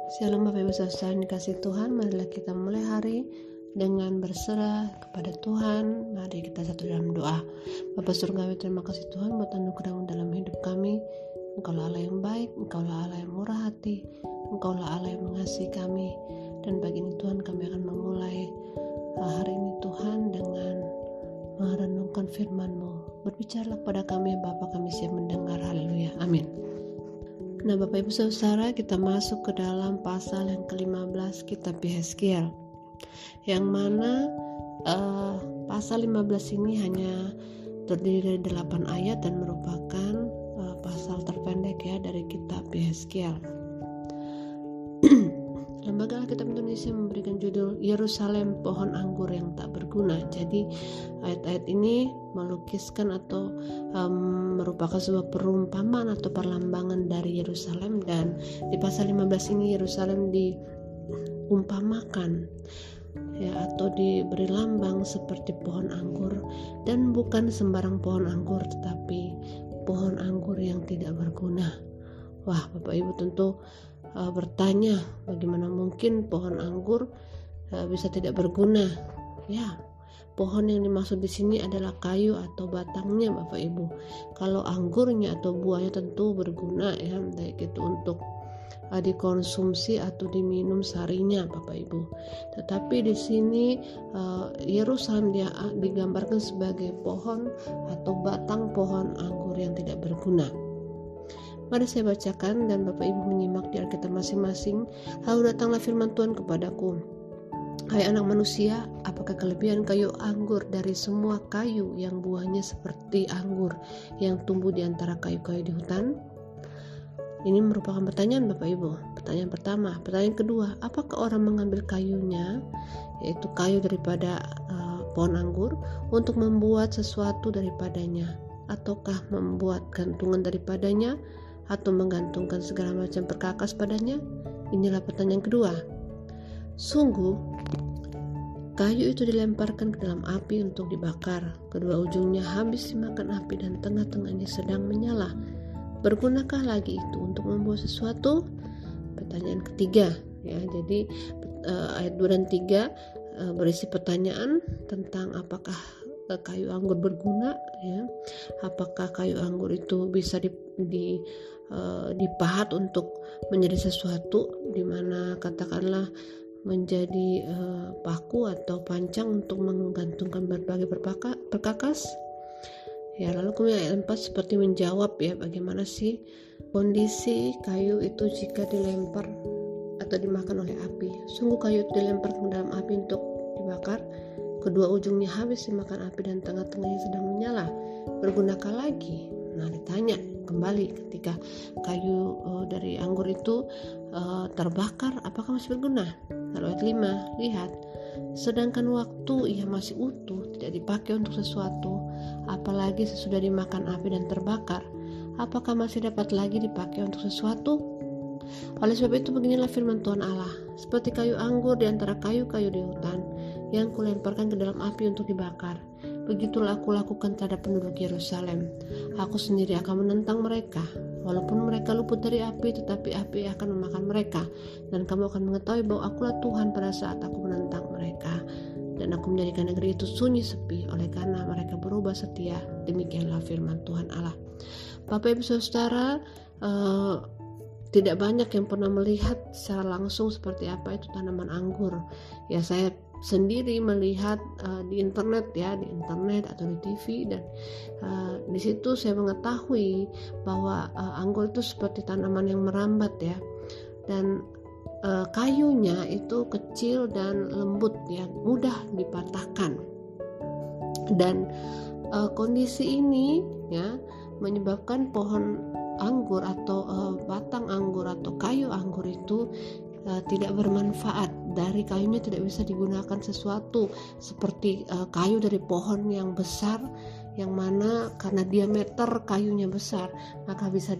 Shalom Bapak Ibu Saudara yang dikasihi Tuhan, marilah kita mulai hari dengan berserah kepada Tuhan. Mari kita satu dalam doa. Bapa Surgawi, terima kasih Tuhan buat anugerah dalam hidup kami. Engkaulah Allah yang baik, Engkaulah Allah yang murah hati, Engkaulah Allah yang mengasihi kami. Dan pagi ini Tuhan, kami akan memulai hari ini Tuhan dengan merenungkan firman-Mu. Berbicara kepada kami Bapa, kami siap mendengar. Haleluya, amin. Nah Bapak Ibu Saudara, kita masuk ke dalam pasal yang ke-15 kitab Yehezkiel, yang mana pasal 15 ini hanya terdiri dari 8 ayat dan merupakan pasal terpendek ya dari kitab Yehezkiel. Lembaga Alkitab Indonesia memberikan judul Yerusalem Pohon Anggur yang Tak Berguna. Jadi ayat-ayat ini melukiskan atau merupakan sebuah perumpamaan atau perlambangan dari Yerusalem, dan di pasal 15 ini Yerusalem diumpamakan ya, atau diberi lambang seperti pohon anggur, dan bukan sembarang pohon anggur tetapi pohon anggur yang tidak berguna. Wah, Bapak Ibu tentu bertanya, bagaimana mungkin pohon anggur bisa tidak berguna? Ya, pohon yang dimaksud di sini adalah kayu atau batangnya, Bapak Ibu. Kalau anggurnya atau buahnya tentu berguna ya, baik itu untuk dikonsumsi atau diminum sarinya, Bapak Ibu. Tetapi di sini Yerusalem dia digambarkan sebagai pohon atau batang pohon anggur yang tidak berguna. Mari saya bacakan dan Bapak Ibu menyimak di Alkitab masing-masing. Lalu datanglah firman Tuhan kepadaku, hai anak manusia, apakah kelebihan kayu anggur dari semua kayu yang buahnya seperti anggur yang tumbuh di antara kayu-kayu di hutan? Ini merupakan pertanyaan Bapak Ibu. Pertanyaan pertama. Pertanyaan kedua, apakah orang mengambil kayunya, yaitu kayu daripada pohon anggur, untuk membuat sesuatu daripadanya, ataukah membuat gantungan daripadanya, atau menggantungkan segala macam perkakas padanya? Inilah pertanyaan kedua. Sungguh, kayu itu dilemparkan ke dalam api untuk dibakar. Kedua ujungnya habis dimakan api dan tengah-tengahnya sedang menyala. Bergunakah lagi itu untuk membuat sesuatu? Pertanyaan ketiga. Ya, jadi ayat 2 dan 3 berisi pertanyaan tentang apakah kayu anggur berguna ya. Apakah kayu anggur itu bisa dipahat untuk menjadi sesuatu, di mana katakanlah menjadi paku atau pancang untuk menggantungkan berbagai perkakas. Ya, lalu kemudian ayat 4 seperti menjawab ya, bagaimana sih kondisi kayu itu jika dilempar atau dimakan oleh api. Sungguh kayu itu dilempar ke dalam api untuk dibakar, kedua ujungnya habis dimakan api dan tengah-tengahnya sedang menyala. Bergunakah lagi? Nah, ditanya kembali ketika kayu dari anggur itu terbakar, apakah masih berguna? Lalu ayat 5, lihat, sedangkan waktu ia masih utuh, tidak dipakai untuk sesuatu, apalagi sesudah dimakan api dan terbakar, apakah masih dapat lagi dipakai untuk sesuatu? Oleh sebab itu beginilah firman Tuhan Allah, seperti kayu anggur di antara kayu-kayu di hutan yang kulemparkan ke dalam api untuk dibakar, begitulah aku lakukan terhadap penduduk Yerusalem. Aku sendiri akan menentang mereka. Walaupun mereka luput dari api, tetapi api akan memakan mereka. Dan kamu akan mengetahui bahwa akulah Tuhan pada saat aku menentang mereka. Dan aku menjadikan negeri itu sunyi sepi, oleh karena mereka berubah setia. Demikianlah firman Tuhan Allah. Bapak Ibu Saudara, tidak banyak yang pernah melihat secara langsung seperti apa itu tanaman anggur. Ya, saya sendiri melihat di internet atau di TV, dan di situ saya mengetahui bahwa anggur itu seperti tanaman yang merambat ya, dan kayunya itu kecil dan lembut ya, mudah dipatahkan, dan kondisi ini ya menyebabkan pohon anggur atau batang anggur atau kayu anggur itu tidak bermanfaat. Dari kayunya tidak bisa digunakan sesuatu seperti kayu dari pohon yang besar, yang mana karena diameter kayunya besar maka bisa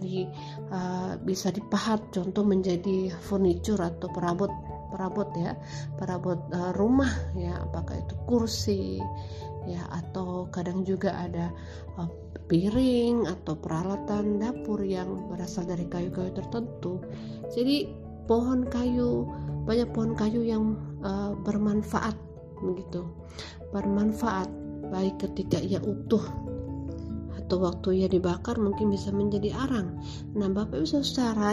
dipahat, contoh menjadi furniture atau perabot rumah ya, apakah itu kursi ya, atau kadang juga ada piring atau peralatan dapur yang berasal dari kayu-kayu tertentu. Jadi banyak pohon kayu yang bermanfaat begitu, bermanfaat baik ketika ia utuh atau waktu ia dibakar mungkin bisa menjadi arang. Nah, Bapak Ibu Saudara,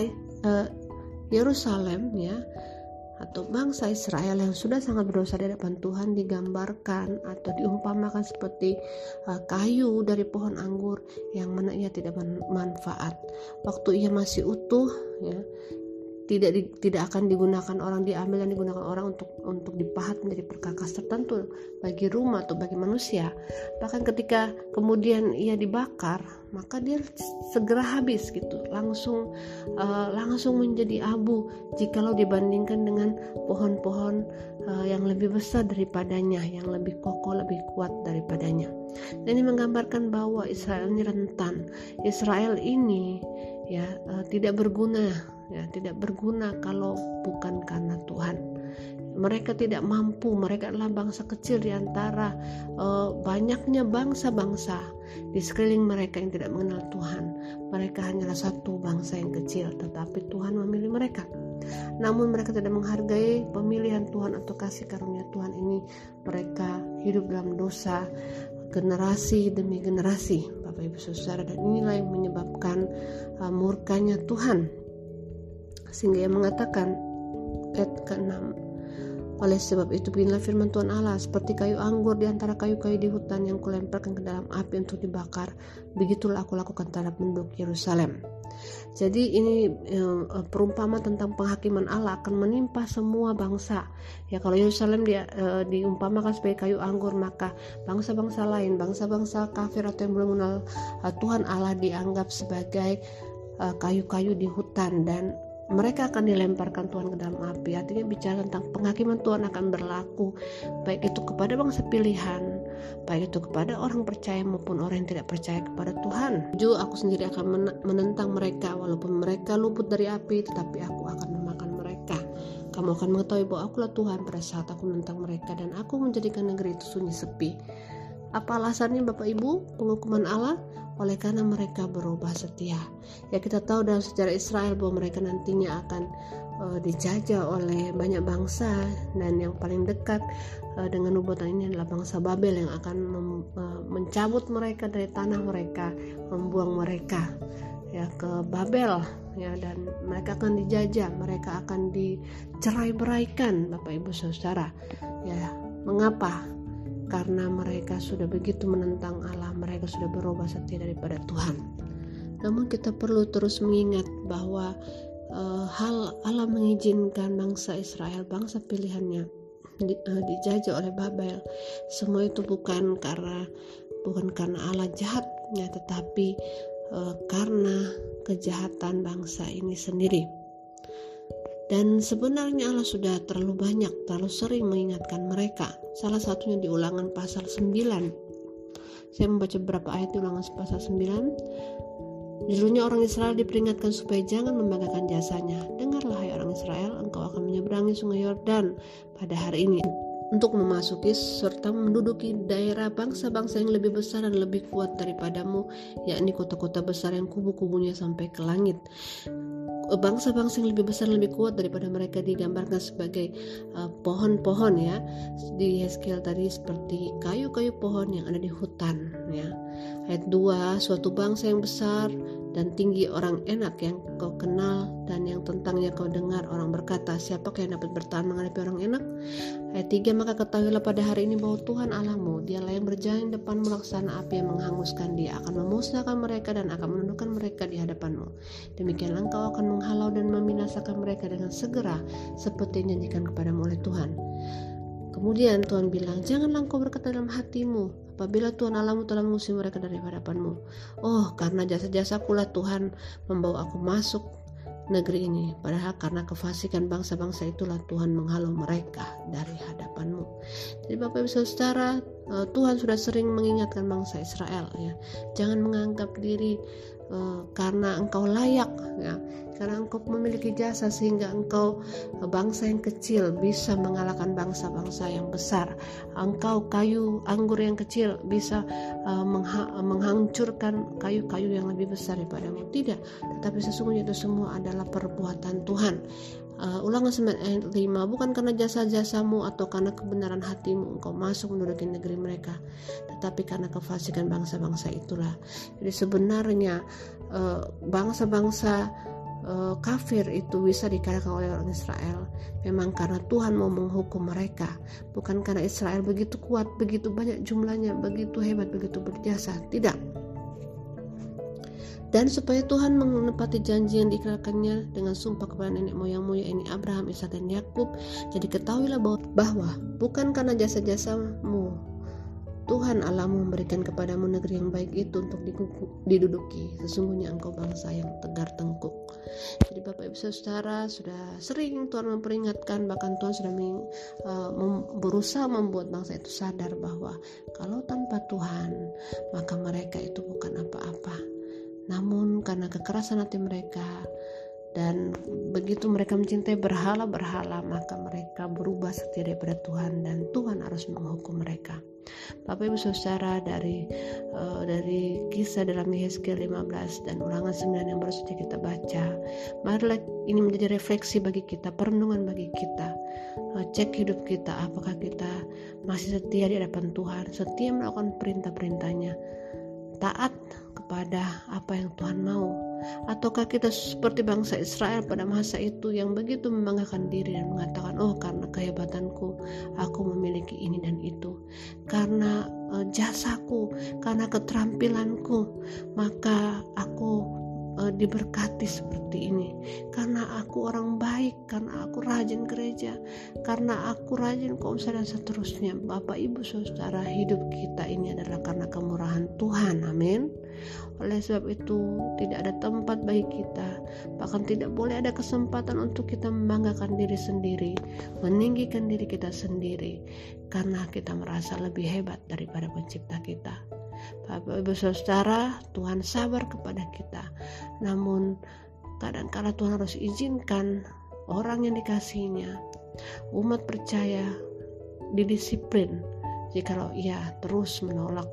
Yerusalem ya, atau bangsa Israel yang sudah sangat berdosa di hadapan Tuhan digambarkan atau diumpamakan seperti kayu dari pohon anggur yang mana ia tidak bermanfaat. Waktu ia masih utuh ya, tidak akan digunakan orang, diambil dan digunakan orang untuk dipahat menjadi perkakas tertentu bagi rumah atau bagi manusia. Bahkan ketika kemudian ia dibakar, maka dia segera habis gitu, langsung menjadi abu jikalau dibandingkan dengan pohon-pohon yang lebih besar daripadanya, yang lebih kokoh, lebih kuat daripadanya. Dan ini menggambarkan bahwa Israel ini rentan. Israel ini ya tidak berguna kalau bukan karena Tuhan. Mereka tidak mampu, mereka adalah bangsa kecil di antara banyaknya bangsa-bangsa di sekeliling mereka yang tidak mengenal Tuhan. Mereka hanyalah satu bangsa yang kecil, tetapi Tuhan memilih mereka. Namun mereka tidak menghargai pemilihan Tuhan atau kasih karunia Tuhan ini. Mereka hidup dalam dosa generasi demi generasi, Bapak Ibu Saudara, dan inilah yang menyebabkan murkanya Tuhan. Sehingga ia mengatakan ayat ke-6, oleh sebab itu beginilah firman Tuhan Allah, seperti kayu anggur di antara kayu-kayu di hutan yang kulemparkan ke dalam api untuk dibakar, begitulah aku lakukan terhadap penduduk Yerusalem. Jadi ini perumpamaan tentang penghakiman Allah akan menimpa semua bangsa. Ya, kalau Yerusalem diumpamakan sebagai kayu anggur, maka bangsa-bangsa lain, bangsa-bangsa kafir atau yang belum mengenal Tuhan Allah dianggap sebagai kayu-kayu di hutan, dan mereka akan dilemparkan Tuhan ke dalam api. Artinya bicara tentang penghakiman Tuhan akan berlaku baik itu kepada bangsa pilihan, baik itu kepada orang percaya maupun orang yang tidak percaya kepada Tuhan. Aku sendiri akan menentang mereka, walaupun mereka luput dari api, tetapi aku akan memakan mereka. Kamu akan mengetahui bahwa akulah Tuhan pada saat aku menentang mereka, dan aku menjadikan negeri itu sunyi sepi. Apa alasannya Bapak Ibu penghukuman Allah? Oleh karena mereka berubah setia. Ya, kita tahu dalam sejarah Israel bahwa mereka nantinya akan dijajah oleh banyak bangsa, dan yang paling dekat dengan nubuatan ini adalah bangsa Babel yang akan mencabut mereka dari tanah mereka, membuang mereka ya ke Babel ya, dan mereka akan dijajah, mereka akan dicerai-beraikan, Bapak Ibu Saudara. Ya, mengapa? Karena mereka sudah begitu menentang Allah, mereka sudah berubah setia daripada Tuhan. Namun kita perlu terus mengingat bahwa hal Allah mengizinkan bangsa Israel, bangsa pilihannya, dijajah oleh Babel. Semua itu bukan karena Allah jahatnya, tetapi karena kejahatan bangsa ini sendiri. Dan sebenarnya Allah sudah terlalu sering mengingatkan mereka. Salah satunya di Ulangan pasal 9. Saya membaca beberapa ayat di Ulangan pasal 9. Judulnya, orang Israel diperingatkan supaya jangan membanggakan jasanya. Dengarlah hai orang Israel, engkau akan menyeberangi sungai Yordan pada hari ini untuk memasuki serta menduduki daerah bangsa-bangsa yang lebih besar dan lebih kuat daripadamu, yakni kota-kota besar yang kubu-kubunya sampai ke langit. Bangsa-bangsa yang lebih besar, lebih kuat daripada mereka digambarkan sebagai pohon-pohon ya, di Yeskiel tadi seperti kayu-kayu pohon yang ada di hutan ya. Ayat 2, suatu bangsa yang besar dan tinggi, orang enak yang kau kenal dan yang tentangnya kau dengar orang berkata, siapakah yang dapat bertahan menghadapi orang enak? Ayat 3, maka ketahuilah pada hari ini bahwa Tuhan Allahmu, dialah yang berjalan di depanmu laksana api yang menghanguskan. Dia akan memusnahkan mereka dan akan menundukkan mereka di hadapanmu. Demikianlah engkau akan menghalau dan membinasakan mereka dengan segera, seperti yang janjikan kepadamu oleh Tuhan. Kemudian Tuhan bilang, janganlah engkau berkata dalam hatimu, apabila Tuhan Allahmu telah mengusir mereka dari hadapanmu, oh karena jasa-jasakulah Tuhan membawa aku masuk negeri ini. Padahal karena kefasikan bangsa-bangsa itulah Tuhan menghalau mereka dari hadapanmu. Jadi Bapak Ibu Saudara, Tuhan sudah sering mengingatkan bangsa Israel ya, jangan menganggap diri karena engkau layak ya, karena engkau memiliki jasa sehingga engkau bangsa yang kecil bisa mengalahkan bangsa-bangsa yang besar. Engkau kayu anggur yang kecil bisa menghancurkan kayu-kayu yang lebih besar daripadamu. Tidak, tetapi sesungguhnya itu semua adalah perbuatan Tuhan. Ulangan 9 ayat 5, bukan karena jasa-jasamu atau karena kebenaran hatimu engkau masuk menduduki negeri mereka, tetapi karena kefasikan bangsa-bangsa itulah. Jadi sebenarnya bangsa-bangsa kafir itu bisa dikalahkan oleh orang Israel memang karena Tuhan mau menghukum mereka, bukan karena Israel begitu kuat, begitu banyak jumlahnya, begitu hebat, begitu berjasa. Tidak. Dan supaya Tuhan menepati janji yang diikrarkannya dengan sumpah kepada nenek moyangmu, yaitu Abraham, Ishak dan Yakub. Jadi ketahuilah bahwa bukan karena jasa-jasamu Tuhan Allahmu memberikan kepadamu negeri yang baik itu untuk diduduki. Sesungguhnya engkau bangsa yang tegar tengkuk. Jadi Bapak Ibu Saudara, sudah sering Tuhan memperingatkan, bahkan Tuhan sudah berusaha membuat bangsa itu sadar bahwa kalau tanpa Tuhan maka mereka itu bukan apa-apa. Namun karena kekerasan hati mereka dan begitu mereka mencintai berhala-berhala, maka mereka berubah setia daripada Tuhan dan Tuhan harus menghukum mereka. Bapak Ibu Saudara, dari kisah dalam Yehezkiel 15 dan Ulangan 9 yang baru saja kita baca, marilah ini menjadi refleksi bagi kita, perenungan bagi kita. Cek hidup kita, apakah kita masih setia di hadapan Tuhan, setia melakukan perintah-perintahnya, taat kepada apa yang Tuhan mau, ataukah kita seperti bangsa Israel pada masa itu yang begitu membanggakan diri dan mengatakan, oh karena kehebatanku aku memiliki ini dan itu, karena jasaku, karena keterampilanku maka aku diberkati seperti ini, karena aku orang baik, karena aku rajin gereja, karena aku rajin konser dan seterusnya. Bapak Ibu Saudara, hidup kita ini adalah karena kemurahan Tuhan. Amin. Oleh sebab itu tidak ada tempat bagi kita, bahkan tidak boleh ada kesempatan untuk kita membanggakan diri sendiri, meninggikan diri kita sendiri, karena kita merasa lebih hebat daripada pencipta kita. Bapak Ibu Saudara, Tuhan sabar kepada kita. Namun kadang-kala Tuhan harus izinkan orang yang dikasihinya, umat percaya, didisiplin jikalau ia terus menolak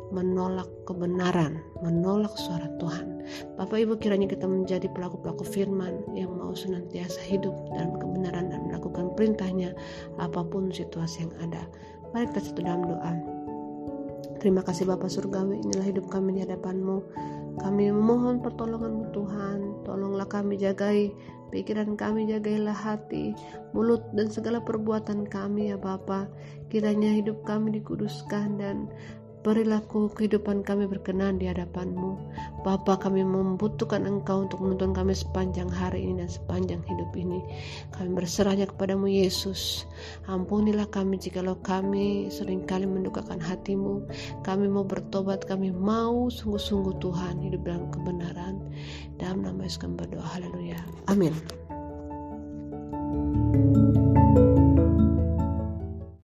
kebenaran, menolak suara Tuhan. Bapak Ibu, kiranya kita menjadi pelaku-pelaku firman yang mau senantiasa hidup dalam kebenaran dan melakukan perintahnya apapun situasi yang ada. Mari kita satu dalam doa. Terima kasih Bapa Surgawi, inilah hidup kami di hadapan-Mu. Kami memohon pertolongan-Mu Tuhan. Tolonglah kami, jagai pikiran kami, jagailah hati, mulut dan segala perbuatan kami ya Bapa. Kiranya hidup kami dikuduskan dan perilaku kehidupan kami berkenan di hadapan-Mu. Bapa, kami membutuhkan Engkau untuk menuntun kami sepanjang hari ini dan sepanjang hidup ini. Kami berserahnya kepadamu Yesus. Ampunilah kami jikalau kami seringkali mendukakan hati-Mu. Kami mau bertobat, kami mau sungguh-sungguh Tuhan hidup dalam kebenaran. Dalam nama Yesus kami berdoa, haleluya, amin.